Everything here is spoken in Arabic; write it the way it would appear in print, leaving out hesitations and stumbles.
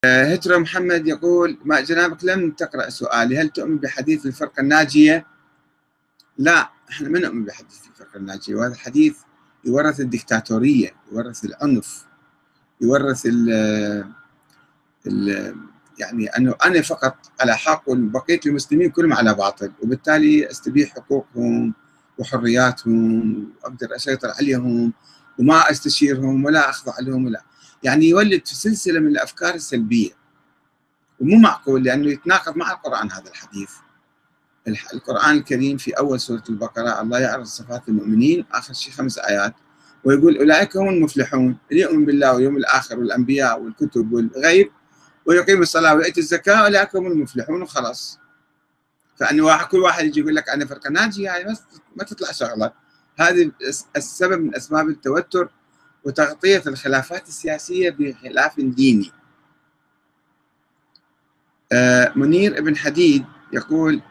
هجرة محمد يقول: ما جنابك لم تقرأ سؤالي، هل تؤمن بحديث الفرقة الناجية؟ لا، احنا ما نؤمن بحديث الفرقة الناجية، وهذا الحديث يورث الدكتاتورية، يورث العنف، يورث ال يعني انه انا فقط على حق وبقية المسلمين كلهم على باطل، وبالتالي استبيح حقوقهم وحرياتهم واقدر اسيطر عليهم وما استشيرهم ولا اخضع لهم ولا، يعني يولد في سلسلة من الافكار السلبية، ومو معقول لأنه يتناقض مع القرآن هذا الحديث. القرآن الكريم في أول سورة البقرة الله يعرض صفات المؤمنين، آخر شيء 5 آيات، ويقول: أولئك هم المفلحون، اللي يؤمن بالله واليوم الآخر والأنبياء والكتب والغيب ويقيم الصلاة ويؤتي الزكاة، أولئك هم المفلحون، وخلاص. فأنه كل واحد يجي يقول لك أنا فرقة ناجية، هاي ما تطلع شغلة. هذه السبب من أسباب التوتر وتغطية الخلافات السياسية بخلاف ديني. منير ابن حديد يقول: